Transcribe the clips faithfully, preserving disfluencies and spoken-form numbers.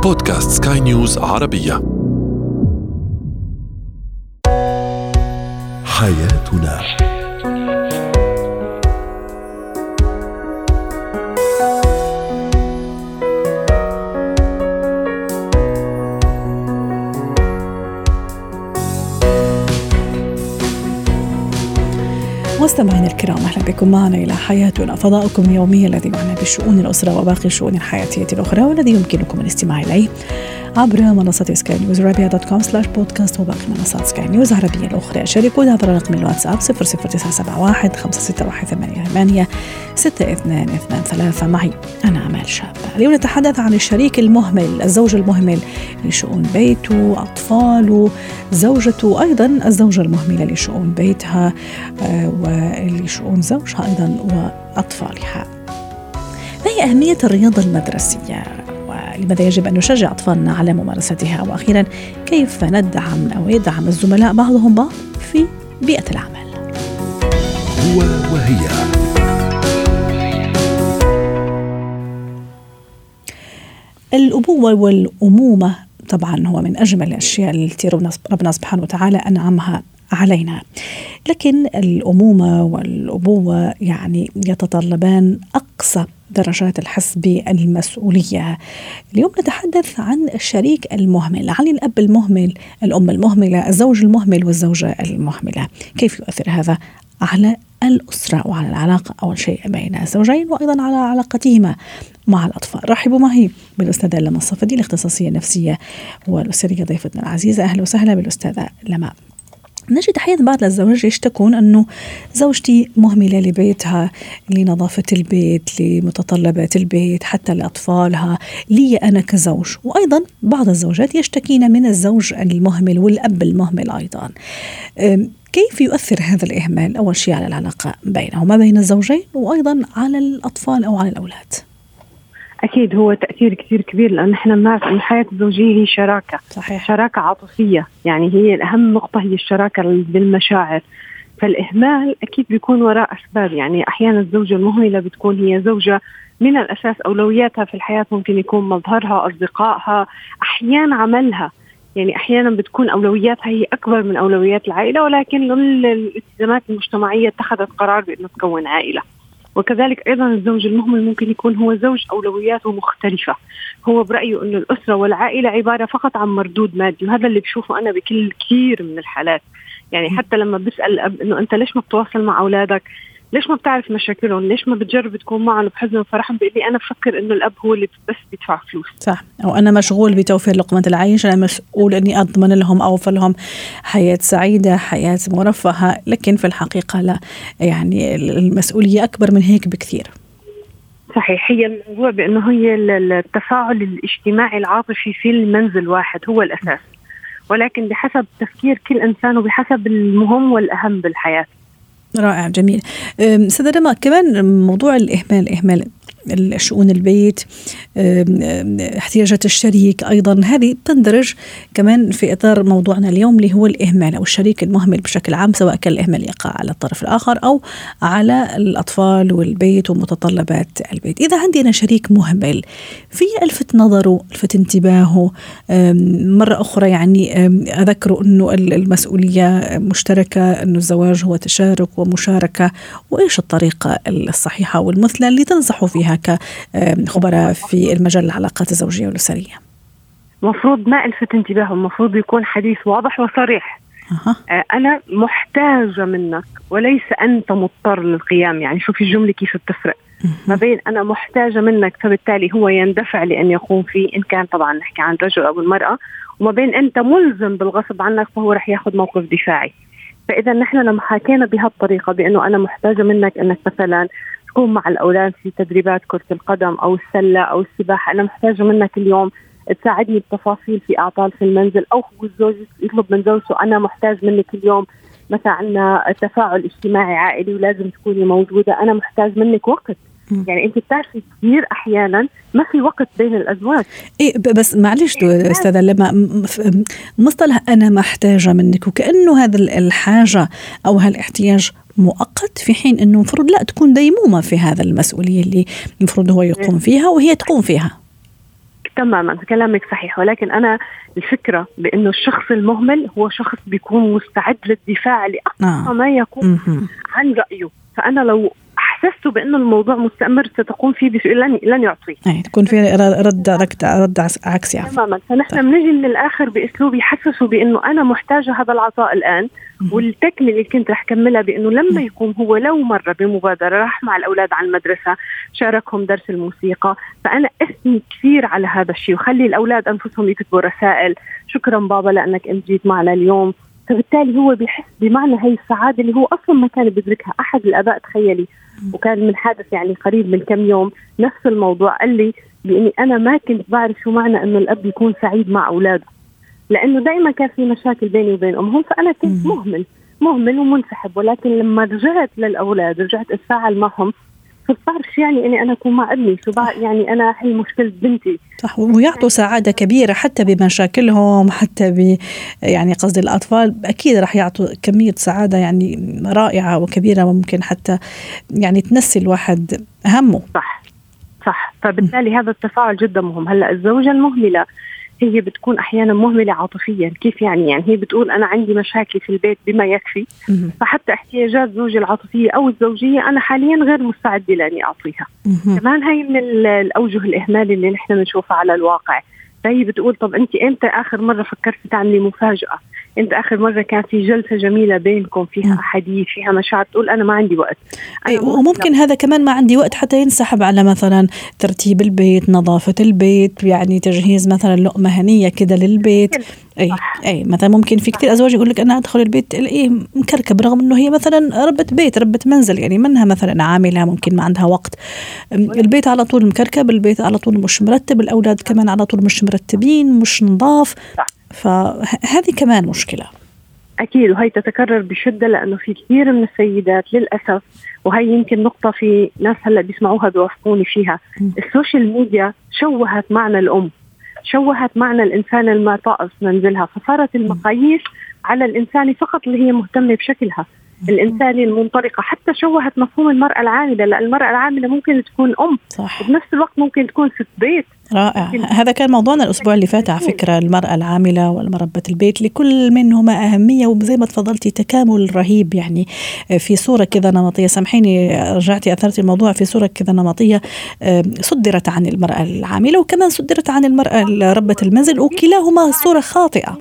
بودكاست سكاي نيوز عربية. حياتنا. مستمعينا الكرام، أهلا بكم معنا إلى حياتنا، فضاؤكم اليومي الذي يعنى بشؤون الأسرة وباقي الشؤون الحياتية الأخرى، والذي يمكنكم الاستماع إليه عبر منصة سكاي نيوز عربية دوت كوم سلاش بودكاست وباقي منصات سكاي نيوز عربية الأخرى. شاركونا عبر رقم الواتساب صفر صفر تسعة سبعة واحد خمسة ستة واحد ثمانية ثمانية ستة اثنان اثنان ثلاثة. معي أنا أمال شاب. اليوم نتحدث عن الشريك المهمل، الزوج المهمل لشؤون بيته، أطفاله، زوجته، أيضا الزوجة المهملة لشؤون بيتها ولشؤون زوجها أيضا وأطفالها. ما هي أهمية الرياضة المدرسية؟ ولماذا يجب أن نشجع أطفالنا على ممارستها؟ وأخيرا كيف ندعم أو يدعم الزملاء بعضهم بعض في بيئة العمل؟ هو وهي. الأبوة والأمومة طبعا هو من أجمل الأشياء التي ربنا سبحانه وتعالى أنعمها علينا، لكن الأمومة والأبوة يعني يتطلبان أقصى درجات الحس بالمسؤولية. اليوم نتحدث عن الشريك المهمل، عن الأب المهمل، الأم المهملة، الزوج المهمل والزوجة المهملة. كيف يؤثر هذا على الأسرة وعلى العلاقة أول شيء بين الزوجين، وأيضا على علاقتهما مع الأطفال؟ رحبوا معي بالأستاذة لما الصفدي، الاختصاصية النفسية والأسرية، ضيفتنا العزيزة. أهلا وسهلا بالأستاذة لما. نجد أحيانا بعض الزوجات يشتكون أنه زوجتي مهملة لبيتها، لنظافة البيت، لمتطلبات البيت، حتى لأطفالها، لي أنا كزوج. وأيضا بعض الزوجات يشتكين من الزوج المهمل والأب المهمل أيضا. كيف يؤثر هذا الإهمال أول شيء على العلاقة بينهما بين الزوجين، وأيضا على الأطفال أو على الأولاد؟ أكيد هو تأثير كثير كبير، لأن نحن نعرف أن الحياة الزوجية هي شراكة. صحيح. شراكة عاطفية، يعني هي الأهم نقطة هي الشراكة بالمشاعر. فالإهمال أكيد بيكون وراء أسباب، يعني أحيانا الزوجة المهملة بتكون هي زوجة من الأساس أولوياتها في الحياة ممكن يكون مظهرها، أصدقائها، أحيانا عملها، يعني أحيانا بتكون أولوياتها هي أكبر من أولويات العائلة، ولكن الالتزامات المجتمعية اتخذت قرار بأنه تكون عائلة. وكذلك أيضا الزوج المهمل ممكن يكون هو زوج أولوياته مختلفة، هو برأيه أن الأسرة والعائلة عبارة فقط عن مردود مادي، وهذا اللي بشوفه أنا بكل كثير من الحالات. يعني حتى لما بسأل الأب أنه أنت ليش ما بتواصل مع أولادك، ليش ما بتعرف مشاكلهم، ليش ما بتجرب تكون معهم بحزن وفرحهم، بيقول لي أنا بفكر أنه الأب هو اللي بس بيدفع فلوس. صح، أو أنا مشغول بتوفير لقمة العيش، أنا مسؤول أني أضمن لهم أو أوفر لهم حياة سعيدة، حياة مرفهة، لكن في الحقيقة لا، يعني المسؤولية أكبر من هيك بكثير. صحيح، هي الموضوع بأنه هي التفاعل الاجتماعي العاطفي في المنزل واحد هو الأساس، ولكن بحسب تفكير كل إنسان وبحسب المهم والأهم بالحياة. رائع، جميل. سيدة لما، كمان موضوع الإهمال، إهمال الشؤون البيت، احتياجات الشريك أيضا، هذه تندرج كمان في إطار موضوعنا اليوم اللي هو الإهمال أو الشريك المهمل بشكل عام، سواء كان الإهمال يقع على الطرف الآخر أو على الأطفال والبيت ومتطلبات البيت. إذا عندي أنا شريك مهمل، في ألفت نظره، ألفت انتباهه مرة أخرى، يعني أذكره أنه المسؤولية مشتركة، أنه الزواج هو تشارك ومشاركة، وإيش الطريقة الصحيحة والمثلى اللي تنصحوا فيها كخبراء في المجال العلاقات الزوجية والأسرية؟ مفروض ما ألفت انتباهه، مفروض يكون حديث واضح وصريح. أه. أنا محتاجة منك وليس أنت مضطر للقيام. يعني شوف الجملة كيف بتفرق ما بين أنا محتاجة منك فبالتالي هو يندفع لأن يقوم فيه، إن كان طبعا نحكي عن رجل أو المرأة، وما بين أنت ملزم بالغصب عنك فهو رح ياخد موقف دفاعي. فإذا نحن لما حكينا بهالطريقة بأنه أنا محتاجة منك أنك مثلا تكون مع الأولاد في تدريبات كرة القدم أو السلة أو السباحة، أنا محتاجة منك اليوم تساعدني بتفاصيل في أعطال في المنزل، أو الزوج يطلب من زوجته أنا محتاج منك اليوم مثلا عنا تفاعل اجتماعي عائلي ولازم تكوني موجودة، أنا محتاج منك وقت. يعني أنت بتعرفي كثير أحيانا ما في وقت بين الأزواج. إيه بس معلش أستاذة لما، مصطلح أنا محتاجة منك وكأنه هذا الحاجة أو هالاحتياج مؤقت، في حين أنه مفروض لا تكون ديمومة في هذا المسؤولية اللي مفروض هو يقوم فيها وهي تقوم فيها. تماما كلامك صحيح، ولكن أنا الفكرة بأنه الشخص المهمل هو شخص بيكون مستعد للدفاع لأقصى آه. ما يكون عن رأيه. فأنا لو حسست بأنه الموضوع مستمر ستقوم فيه بسؤال لن, لن يعطيه، يعني تكون في رد رد رد عكسي يعني. تماما. فنحن بنجي من الآخر بأسلوب يحسسوا بأنه أنا محتاجة هذا العطاء الآن، والتكملة اللي كنت رح كملها بأنه لما يكون هو لو مرة بمبادرة راح مع الأولاد على المدرسة شاركهم درس الموسيقى، فأنا أثني كثير على هذا الشيء وخلي الأولاد أنفسهم يكتبوا رسائل شكرا بابا لأنك أنت جيت معنا اليوم. فبالتالي هو بيحس بمعنى هاي السعادة اللي هو أصلا ما كان بيدركها. أحد الآباء تخيلي، وكان من حادث يعني قريب من كم يوم نفس الموضوع، قال لي بإني أنا ما كنت بعرف شو معنى أنه الأب يكون سعيد مع أولاده، لأنه دائما كان في مشاكل بيني وبين أمهم، فأنا كنت مهمل مهمل ومنسحب. ولكن لما رجعت للأولاد رجعت أتفاعل معهم، فبعرف يعني أني أنا أكون مع ابني، يعني أنا أحل مشكلة بنتي. صح، ويعطوا سعادة كبيرة حتى بمشاكلهم، حتى ب يعني قصد الأطفال أكيد راح يعطوا كمية سعادة يعني رائعة وكبيرة، وممكن حتى يعني تنسي الواحد همه. صح صح. فبالتالي هذا التفاعل جدا مهم. هلأ الزوجة المهملة هي بتكون أحيانا مهملة عاطفيا. كيف يعني؟ يعني هي بتقول أنا عندي مشاكل في البيت بما يكفي، فحتى احتياجات زوجي العاطفية أو الزوجية أنا حاليا غير مستعدة لأني أعطيها. كمان هاي من الأوجه الإهمال اللي نحن بنشوفها على الواقع. فهي بتقول طب أنت إمتى آخر مرة فكرت تعملي مفاجأة؟ أنت آخر مرة كان في جلسة جميلة بينكم فيها حديث فيها مشاعر، تقول أنا ما عندي وقت. أي وممكن هذا كمان ما عندي وقت حتى ينسحب على مثلا ترتيب البيت، نظافة البيت، يعني تجهيز مثلا لقمة هنية كده للبيت. أي أي مثلا ممكن في كتير أزواج يقول لك أنا أدخل البيت ألاقيه مكركب، رغم إنه هي مثلا ربة بيت ربة منزل، يعني منها مثلا عاملة ممكن ما عندها وقت. البيت على طول مكركب، البيت على طول مش مرتب، الأولاد كمان على طول مش مرتبين مش نظاف. فهذه كمان مشكلة أكيد، وهي تتكرر بشدة لأنه في كثير من السيدات للأسف، وهي يمكن نقطة في ناس هلأ بيسمعوها بيوافقوني فيها. السوشيال ميديا شوهت معنى الأم، شوهت معنى الإنسان المعطاء في منزلها، فصارت المقاييس على الإنسان فقط اللي هي مهتمة بشكلها، الإنسان المنطلقة. حتى شوهت مفهوم المرأة العاملة، لأن المرأة العاملة ممكن تكون أم صح. وبنفس الوقت ممكن تكون ست بيت. رائع. هذا كان موضوعنا الأسبوع اللي فات على فكرة، المرأة العاملة والمربة البيت، لكل منهما أهمية، وزي ما تفضلتي تكامل رهيب يعني في صورة كذا نمطية. سامحيني رجعتي أثرتي الموضوع في صورة كذا نمطية صدرت عن المرأة العاملة وكمان صدرت عن المرأة ربة المنزل، وكلاهما صورة خاطئة.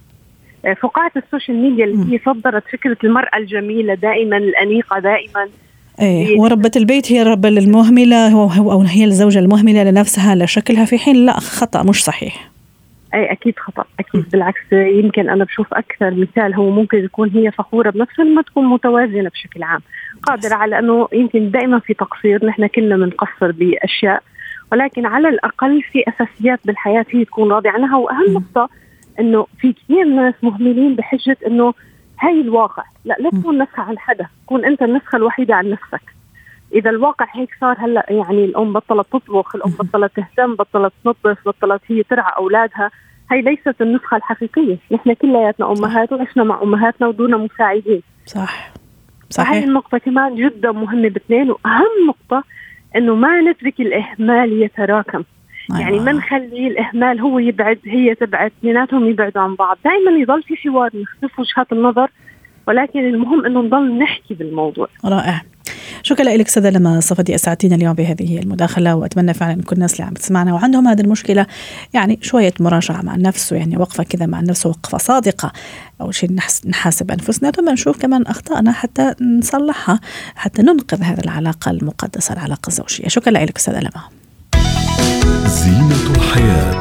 فقاعة السوشيال ميديا اللي هي صدرت فكرة المرأة الجميلة دائما، الأنيقة دائما، ايه، وربة البيت هي الربة المهملة أو هي الزوجة المهملة لنفسها لشكلها، في حين لا، خطأ مش صحيح. أي أكيد خطأ، أكيد م. بالعكس. يمكن أنا بشوف أكثر مثال هو ممكن يكون هي فخورة بنفسها لما تكون متوازنة بشكل عام، قادرة على أنه يمكن دائما في تقصير، نحن كلنا بنقصر بأشياء، ولكن على الأقل في أساسيات بالحياة هي تكون راضية عنها. وأهم نقطة إنه في كثير ناس مهملين بحجة إنه هاي الواقع، لا لا تكون نسخة عن حدا، كون أنت النسخة الوحيدة عن نفسك. إذا الواقع هيك صار هلأ، يعني الأم بطلت تطبخ، الأم بطلت تهتم، بطلت تنظف، بطلت هي ترعى أولادها، هاي ليست النسخة الحقيقية. نحن كلياتنا أمهات وعشنا مع أمهاتنا ودون مساعدين. صح صحيح. هاي النقطة كمان جدا مهمة باثنين. وأهم نقطة إنه ما نترك الإهمال يتراكم. أيوة. يعني ما نخلي الإهمال هو يبعد هي تبعد، اثنيناتهم يبعدوا عن بعض. دائما يضل في حوار، نختلف وجهات النظر، ولكن المهم إنه نضل نحكي بالموضوع. رائع. شكرا لك سادة لما صفدي أسعدتينا اليوم بهذه المداخلة، وأتمنى فعلا أن كل الناس اللي عم تسمعنا وعندهم هذه المشكلة يعني شوية مراجعة مع النفس، يعني وقفة كذا مع النفس، وقفة صادقة. أول شيء نحاسب أنفسنا، ثم نشوف كمان أخطائنا حتى نصلحها، حتى ننقذ هذه العلاقة المقدسة، العلاقة الزوجية. شكرا لك سادة لما. زينة الحياة.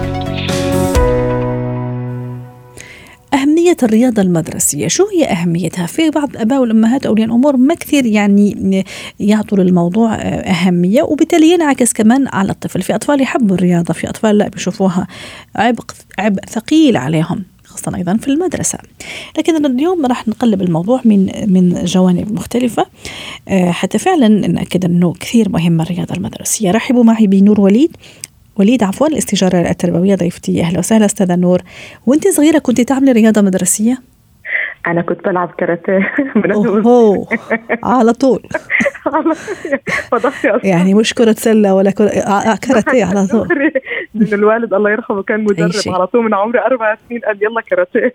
أهمية الرياضة المدرسية، شو هي أهميتها؟ في بعض الآباء والأمهات أولياء الأمور ما كثير يعني يعطوا للموضوع أهمية، وبالتالي ينعكس كمان على الطفل. في أطفال يحبوا الرياضة، في أطفال لا، بيشوفوها عبء عبء ثقيل عليهم، خاصة أيضا في المدرسة. لكن اليوم راح نقلب الموضوع من من جوانب مختلفة حتى فعلا نأكد أنه كثير مهمة الرياضة المدرسية. رحبوا معي بنور وليد وليد عفوا الاستشارة التربوية ضيفتي. أهلا وسهلا أستاذة نور. وانت صغيرة كنت تعملي رياضة مدرسية؟ أنا كنت بلعب كاراتيه. أوه على طول. يعني مش كرة سلة ولا كرة كاراتيه على طول. لأن الوالد الله يرحمه كان مدرب على طول من عمري أربع سنين، قال يلا كاراتيه.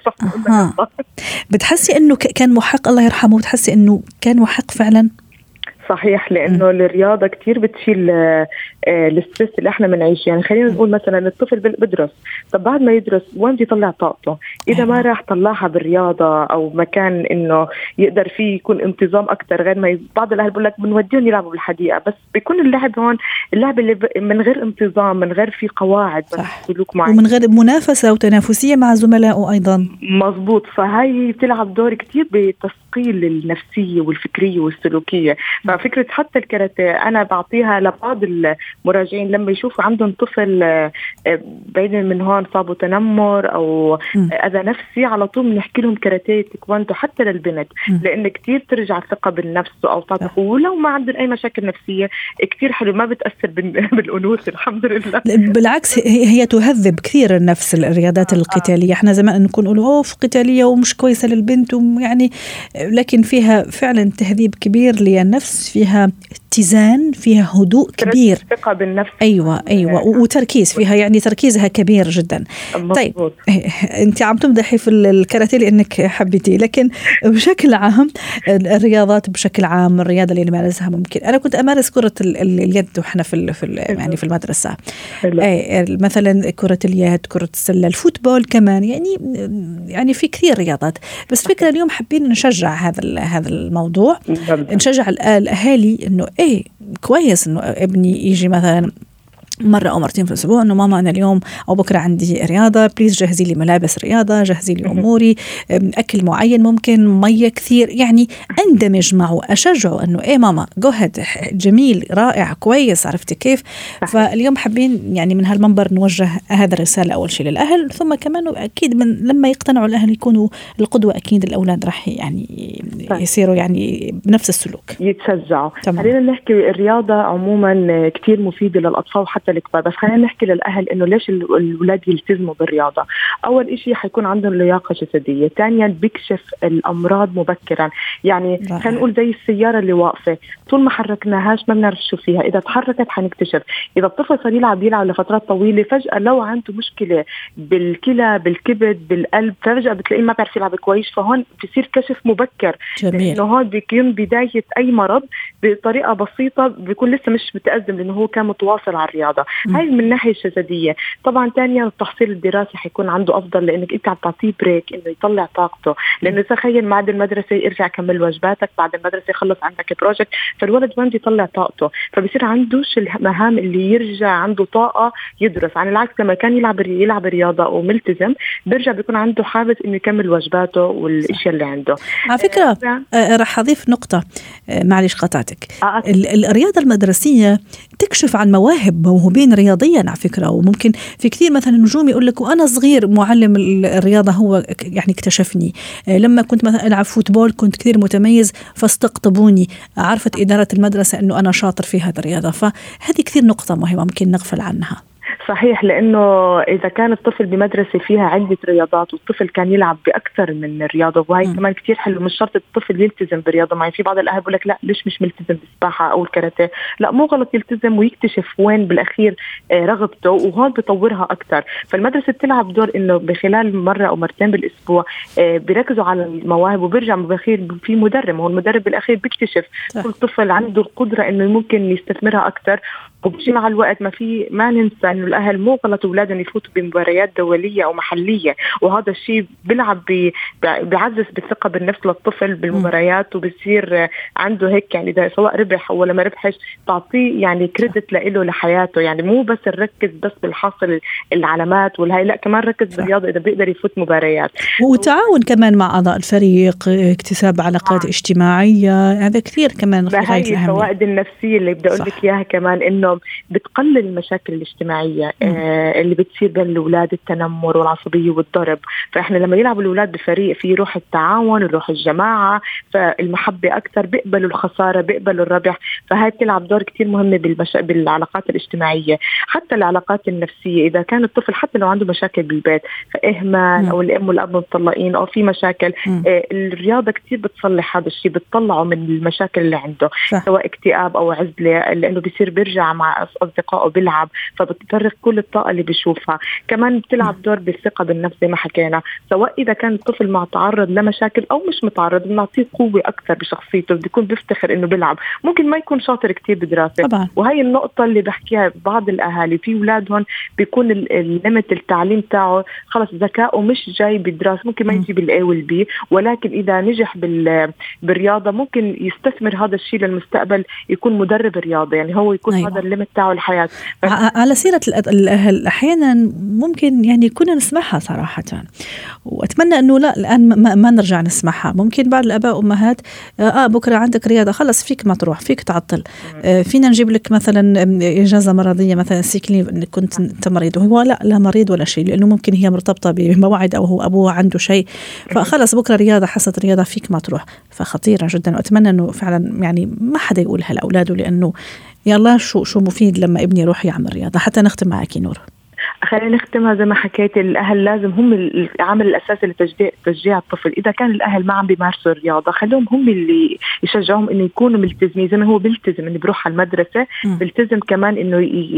بتحسي إنه كان محق الله يرحمه؟ بتحسي إنه كان محق فعلا؟ صحيح، لأنه الرياضة كتير بتشيل الستريس اللي احنا بنعيش. يعني خلينا نقول مثلا الطفل بدرس، طب بعد ما يدرس وين يطلع طاقته؟ إذا ما راح طلعها بالرياضة أو مكان إنه يقدر فيه يكون انتظام أكتر، غير ما بعض الأهل بقول لك بنوديهم يلعبوا بالحديقة، بس بيكون اللعب هون اللعب اللي من غير انتظام، من غير في قواعد، سلوك معين، ومن غير منافسة وتنافسية مع زملائه أيضا. مظبوط. فهي بتلعب دور كتير بتثقيل النفسية والفكرية والسلوكية. ففكرة حتى الكاراتيه أنا بعطيها لبعض المراجعين لما يشوفوا عندهم طفل بعيد من هون صابوا تنمر أو أذى نفسي، على طول بنحكي لهم كاراتيه تايكواندو حتى للبنت، لأن كتير ترجع الثقة بالنفس أو تعطي، ولو ما عندهم أي مشاكل نفسية كتير حلو، ما بتأثر بالأنوثة الحمد لله. بالعكس هي تهذب كثير النفس. الرياضات آه. القتالية احنا زمان نكون نقول أوف قتالية ومش كويسة للبنت ويعني، لكن فيها فعلا تهذيب كبير للنفس، فيها اتزان، فيها هدوء كبير، ثقة بالنفس. أيوة أيوة وتركيز فيها، يعني تركيزها كبير جدا. مزبوط. طيب أنت عم تمدحي في الكاراتيه لأنك حبيتي، لكن بشكل عام الرياضات بشكل عام، الرياضة اللي نمارسها ممكن أنا كنت أمارس كرة اليد وإحنا في في يعني في المدرسة، أي مثلا كرة اليد، كرة السلة، الفوتبول كمان، يعني يعني في كثير رياضات. بس فكرة اليوم حابين نشجع هذا هذا الموضوع، نشجع الأهالي إنه إيه كويس إنه ابني يجي مثلا مرة أو مرتين في الأسبوع، إنه ماما أنا اليوم أو بكرة عندي رياضة، بليز جهزي لي ملابس رياضة، جهزي لي أموري، أكل معين، ممكن مية كثير، يعني أندمج معه، أشجعه إنه إيه ماما جو هيد، جميل رائع كويس، عرفتي كيف؟ فاليوم حابين يعني من هالمنبر نوجه هذا الرسالة أول شيء للأهل، ثم كمان أكيد من لما يقتنعوا الأهل يكونوا القدوة، أكيد الأولاد راح يعني يصيروا يعني بنفس السلوك، يتشجعوا. خلينا نحكي الرياضة عموما كتير مفيدة للأطفال وحتى الكبار، بس خلينا نحكي للأهل إنه ليش الأولاد يلتزموا بالرياضة. أول إشي حيكون عندهم لياقة جسدية، ثانيا بيكشف الأمراض مبكرا. يعني خلينا نقول زي السيارة اللي واقفة طول ما حركناهاش ما بنعرف شو فيها، إذا تحركت حنكتشف. إذا الطفل صار يلعب يلعب لفترات طويلة، فجأة لو عنده مشكلة بالكلى بالكبد بالقلب، فجأة بتلاقيه ما بيعرف يلعب كويس، فهون بيصير كشف مبكر. لأنه هون بيكون بداية أي مرض بطريقة بسيطة، بيكون لسه مش متأزم لأنه هو كان متواصل على الرياضة. هاي من الناحية الجسدية. طبعا ثانيا التحصيل الدراسي حيكون عنده أفضل، لأنك أنت عم تعطيه بريك إنه يطلع طاقته، لأنه تخيل بعد المدرسة يرجع كمل واجباتك، بعد المدرسة يخلص عندك بروجكت، فالولد وين يطلع طاقته، فبصير عندوش المهام اللي يرجع عنده طاقة يدرس. عن العكس لما كان يلعب يلعب رياضة أو ملتزم، بيرجع بيكون عنده حافز إنه يكمل واجباته والأشياء اللي عنده. على فكرة آه راح أضيف نقطة، آه معلش قطعتك. آه الرياضة المدرسية تكشف عن مواهب موهوبين رياضيا على فكرة، وممكن في كثير مثلا نجوم يقول لك وأنا صغير معلم الرياضة هو يعني اكتشفني، لما كنت مثلا ألعب فوتبول كنت كثير متميز فاستقطبوني، عرفت إدارة المدرسة أنه أنا شاطر في هذا الرياضة. فهذه كثير نقطة مهمة ممكن نغفل عنها. صحيح، لأنه إذا كان الطفل بمدرسة فيها عدة رياضات والطفل كان يلعب بأكثر من الرياضة، وهي كمان كتير حلو، مش شرط الطفل يلتزم برياضة معي. في بعض الأهل بقول لك لا ليش مش ملتزم بالسباحة أو الكاراتيه، لا مو غلط يلتزم ويكتشف وين بالأخير رغبته وهون بيطورها أكثر. فالمدرسة بتلعب دور إنه بخلال مرة أو مرتين بالأسبوع بيركزوا على المواهب، وبيرجع بالأخير في مدرب، هو المدرب بالأخير بيكتشف كل طفل عنده القدرة إنه ممكن يستثمرها أكثر. وبشي مع الوقت ما في ما ننسى إنه الأهل مو غلط أولادهم يفوتوا بمباريات دولية أو محلية، وهذا الشيء بيلعب بيعزز بالثقة بالنفس للطفل بالمباريات، وبصير عنده هيك يعني ده سواء ربح ولا ما ربحش تعطيه يعني كريدت له لحياته. يعني مو بس نركز بس بالحاصل العلامات والهاي، لا كمان ركز بالرياضة إذا بيقدر يفوت مباريات، وتعاون كمان مع أعضاء الفريق، اكتساب علاقات آه. اجتماعية، هذا كثير كمان غاية الفوائد النفسية اللي بدي أقول لك إياها كمان، إنه بتقلل المشاكل الاجتماعية آه اللي بتصير بين الأولاد، التنمر والعصبية والضرب. فإحنا لما يلعبوا الأولاد بفريق في روح التعاون روح الجماعة، فالمحبة أكتر، بيقبلوا الخسارة بيقبلوا الربح. فهاي بتلعب دور كتير مهم بالمش... بالعلاقات الاجتماعية. حتى العلاقات النفسية إذا كان الطفل حتى لو عنده مشاكل بالبيت، فإهمال أو الأم والأب مطلقين أو في مشاكل، آه الرياضة كتير بتصلح هذا الشيء، بتطلعه من المشاكل اللي عنده صح. سواء اكتئاب أو عزلة، لأنه بيصير بيرجع مع مع أصدقائه بيلعب، فبتفرغ كل الطاقة اللي بيشوفها. كمان بتلعب دور بالثقة بالنفس زي ما حكينا، سواء إذا كان الطفل معتعرض لمشاكل أو مش متعرض بنعطيه قوة أكثر بشخصيته، بده يكون بيفتخر إنه بيلعب. ممكن ما يكون شاطر كتير بدراسة طبعا. وهي النقطة اللي بحكيها بعض الأهالي في أولادهم بيكون الليمت التعليم تاعه خلص ذكائه مش جاي بالدراسة، ممكن ما يجي بالأ والبي، ولكن إذا نجح بال بالرياضة ممكن يستثمر هذا الشيء للمستقبل، يكون مدرب رياضة، يعني هو يكون أيوة. هذا الليمت تاعه الحياة. ف... على سيرة الأهل أحيانا ممكن يعني كنا نسمعها صراحة، وأتمنى أنه لا الآن ما, ما نرجع نسمعها. ممكن بعض الآباء وأمهات آه بكرة عندك رياضة خلص فيك ما تروح، فيك تعطل، آه فينا نجيب لك مثلا إجازة مرضية مثلا سيكليف إنك كنت أنت مريض، وهو لا لا مريض ولا شيء، لأنه ممكن هي مرتبطة بموعد أو هو أبوه عنده شيء، فخلص بكرة رياضة حصة رياضة فيك ما تروح. فخطيرة جدا، وأتمنى أنه فعلا يعني ما حدا يقولها لأولاده، لأنه يلا شو شو مفيد لما ابني يروح يعمل رياضة. حتى نختم معك نور. خلينا نختمها زي ما حكيت، الأهل لازم هم العامل الأساسي لتشجيع تشجيع الطفل. إذا كان الأهل ما عم بيمارسوا الرياضة خليهم هم اللي يشجعهم إنه يكونوا ملتزمين، زي ما هو بيلتزم إنه بيروح على المدرسة م. بيلتزم كمان إنه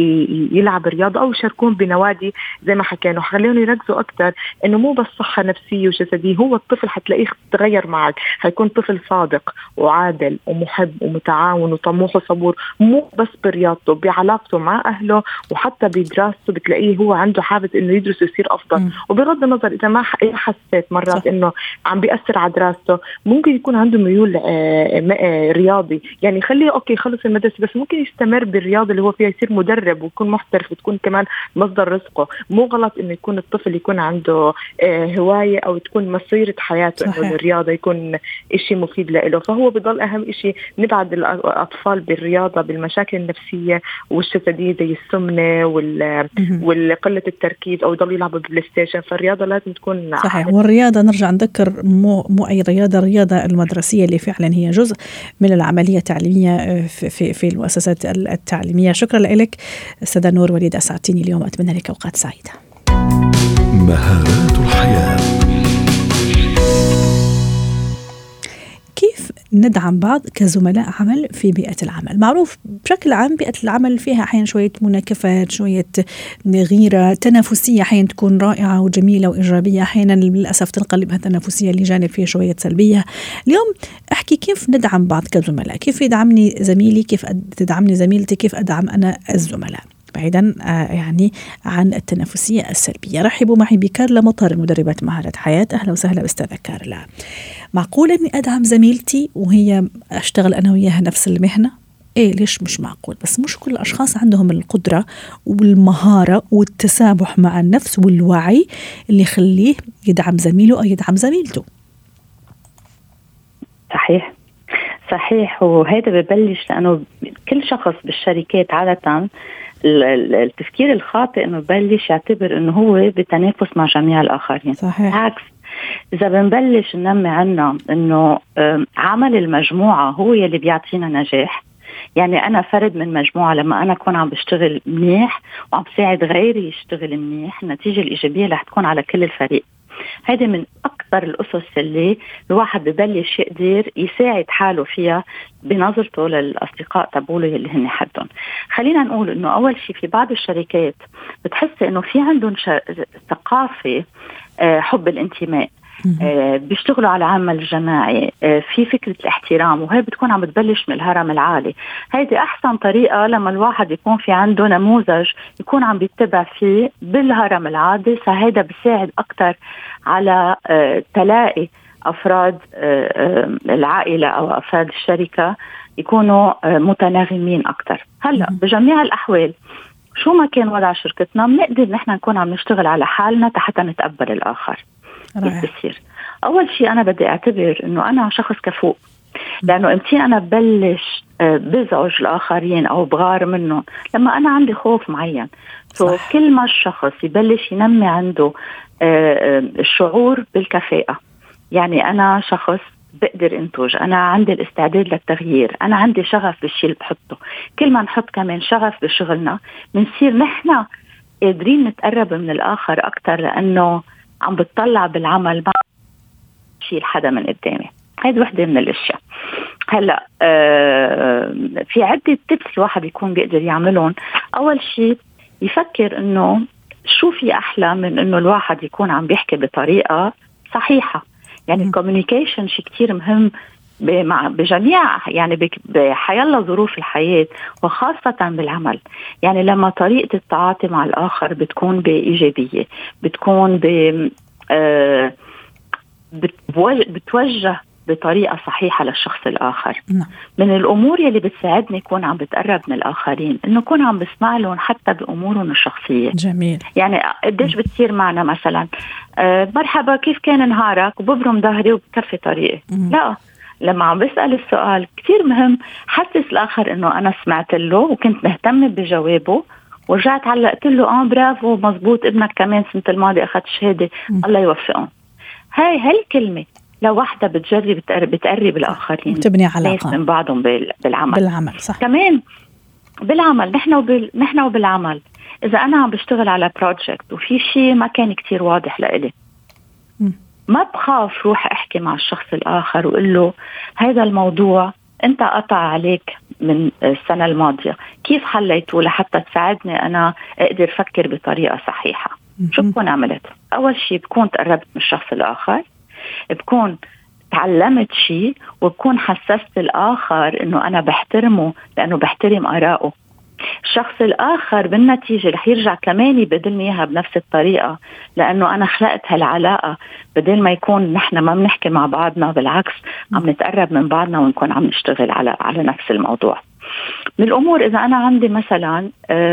يلعب رياضة أو يشاركون بنوادي زي ما حكينا. خليهم يركزوا أكتر إنه مو بس صحة نفسية وجسدية، هو الطفل حتلاقيه تغير معك، هيكون طفل صادق وعادل ومحب ومتعاون وطموح وصبور، مو بس برياضته، بعلاقته مع أهله وحتى بدراسته بتلاقيه هو عنده حابة إنه يدرس ويصير أفضل. م. وبغض النظر إذا ما حسيت مرات صح. إنه عم بيأثر على دراسته، ممكن يكون عنده ميول آه رياضي، يعني خليه أوكي خلص المدرسة بس ممكن يستمر بالرياضة اللي هو فيها، يصير مدرب ويكون محترف وتكون كمان مصدر رزقه. مو غلط إنه يكون الطفل يكون عنده آه هواية أو تكون مصيرة حياته إنه الرياضة يكون إشي مفيد له. فهو بضل أهم إشي نبعد الأطفال بالرياضة بالمشاكل النفسية والجسدية زي السمنة وال وال قلة التركيز أو يضل يلعبوا بالبلاي ستيشن. فالرياضة لازم تكون صحيح. والرياضة نرجع نذكر مو مو أي رياضة، الرياضة المدرسية اللي فعلا هي جزء من العملية التعليمية في في, في المؤسسات التعليمية. شكرا لك أستاذة نور وليد، أسعدتيني اليوم، أتمنى لك أوقات سعيدة. مهارات الحياة. كيف ندعم بعض كزملاء عمل في بيئة العمل؟ معروف بشكل عام بيئة العمل فيها أحيانا شوية مناكفات، شوية غيرة، تنافسية أحيانا تكون رائعة وجميلة وإيجابية، أحيانا للأسف تنقلب التنافسية لجانب فيه شوية سلبية. اليوم أحكي كيف ندعم بعض كزملاء، كيف يدعمني زميلي، كيف تدعمني زميلتي، كيف أدعم أنا الزملاء بعيدا يعني عن التنافسية السلبية. رحبوا معي بكارلا مطر، مدربة مهارة حياة. أهلا وسهلا بأستاذة كارلا. معقول أني أدعم زميلتي وهي أشتغل أنا وياها نفس المهنة؟ إيه ليش مش معقول؟ بس مش كل الأشخاص عندهم القدرة والمهارة والتسامح مع النفس والوعي اللي يخليه يدعم زميله أو يدعم زميلته. صحيح صحيح وهذا ببلش لأنه كل شخص بالشركات عادة التفكير الخاطئ انه ببلش يعتبر انه هو بتنافس مع جميع الاخرين. صحيح. عكس، اذا بنبلش ننمي عنا انه عمل المجموعه هو يلي بيعطينا نجاح، يعني انا فرد من مجموعه، لما انا اكون عم بشتغل منيح وعم بساعد غيري يشتغل منيح، النتيجه الايجابيه رح تكون على كل الفريق. هذه من أكثر الأسس اللي الواحد ببلش يقدر يساعد حاله فيها بنظرته للأصدقاء تبوله اللي هن حدهم. خلينا نقول إنه أول شيء في بعض الشركات بتحس إنه في عندهم ثقافة حب الانتماء، بيشتغلوا على عمل جماعي، في فكرة الاحترام، وهي بتكون عم بتبلش من الهرم العالي. هيدي أحسن طريقة لما الواحد يكون في عنده نموذج يكون عم بيتبع فيه بالهرم العالي، فهيدا بيساعد أكتر على تلاقي أفراد العائلة أو أفراد الشركة يكونوا متناغمين أكتر. هلأ بجميع الأحوال شو ما كان وضع شركتنا بنقدر نحن نكون عم نشتغل على حالنا حتى نتقبل الآخر. بتصير أول شيء أنا بدي أعتبر إنه أنا شخص كفؤ، لأنه إمتى أنا ببلش بزعج الآخرين أو بغار منهم لما أنا عندي خوف معين. كل ما الشخص يبلش ينمي عنده الشعور بالكفاءة، يعني أنا شخص بقدر انتج، انا عندي الاستعداد للتغيير، انا عندي شغف بالشيء اللي بحطه، كل ما نحط كمان شغف بشغلنا بنصير نحن قادرين نتقرب من الاخر اكتر، لانه عم بتطلع بالعمل مع شيء حدا من قدامي. هذه وحده من الاشياء. هلا آه في عدة تبس الواحد يكون بيقدر يعملهم. أول شيء يفكر إنه شو في أحلى من إنه الواحد يكون عم بيحكي بطريقة صحيحة. يعني الكوميونيكيشن شيء كتير مهم مع بجميع يعني بحيالله ظروف الحياة وخاصة بالعمل. يعني لما طريقة التعاطي مع الآخر بتكون بإيجابية، بتكون ب آه بتوجه بطريقة صحيحة للشخص الآخر. نعم. من الأمور يلي بتساعدني يكون عم بتقرب من الآخرين إنه كون عم بسمع لهم حتى بأمورهم الشخصية. جميل. يعني قديش بتصير معنا مثلا آه مرحبا كيف كان نهارك وببرم ظهري وبكفي طريقي. مم. لا، لما عم بسأل السؤال كتير مهم حسس الآخر إنه أنا سمعت له وكنت مهتمة بجوابه ورجعت علقت له آه برافو مزبوط ابنك كمان سنة الماضي أخذ شهادة الله يوفقهم. هاي هالكلمة لو واحدة بتجرب بتقرب, بتقرب الآخرين تبني علاقة من بعضهم بالعمل. بالعمل صح. كمان بالعمل نحن وبال... نحن وبالعمل إذا أنا عم بشتغل على بروجكت وفي شيء ما كان كتير واضح لإلي م. ما بخاف روح أحكي مع الشخص الآخر وقل له هذا الموضوع أنت قطع عليك من السنة الماضية كيف حليته لحتى تساعدني أنا أقدر أفكر بطريقة صحيحة. م- شو بكون عملت؟ أول شيء بكون تقربت من الشخص الآخر، بكون تعلمت شيء، وبكون حسست الآخر إنه أنا بحترمه لأنه بحترم آراءه. الشخص الآخر بالنتيجة رح يرجع كمان يبدلني إياها بنفس الطريقة لأنه أنا خلقت هالعلاقة بدل ما يكون نحن ما بنحكي مع بعضنا، بالعكس عم نتقرب من بعضنا ونكون عم نشتغل على على نفس الموضوع. من الأمور إذا أنا عندي مثلا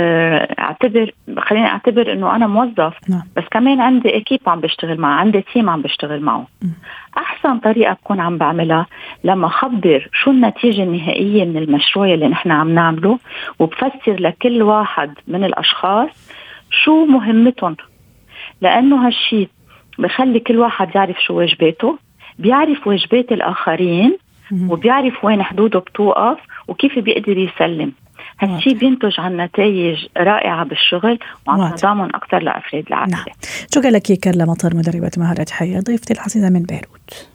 أعتبر خليني أعتبر إنه أنا موظف بس كمان عندي إكيب عم بشتغل معه، عندي تيم عم بشتغل معه، أحسن طريقة بكون عم بعملها لما خبر شو النتيجة النهائية من المشروع اللي نحن عم نعمله، وبفسر لكل واحد من الأشخاص شو مهمتهم، لأنه هالشي بخلي كل واحد يعرف شو واجباته، بيعرف واجبات الآخرين وبيعرف وين حدوده بتوقف وكيف بيقدر يسلم. هالشي بينتج عن نتائج رائعة بالشغل وعن تضامن أكثر لأفراد العائلة. نعم. شكرا لك كارلا مطر، مدربة مهارة حياة، ضيفتي الحصيدة من بيروت.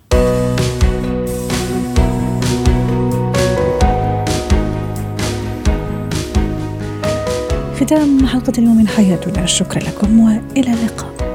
ختام حلقة اليوم من حياتنا، الشكر لكم وإلى اللقاء.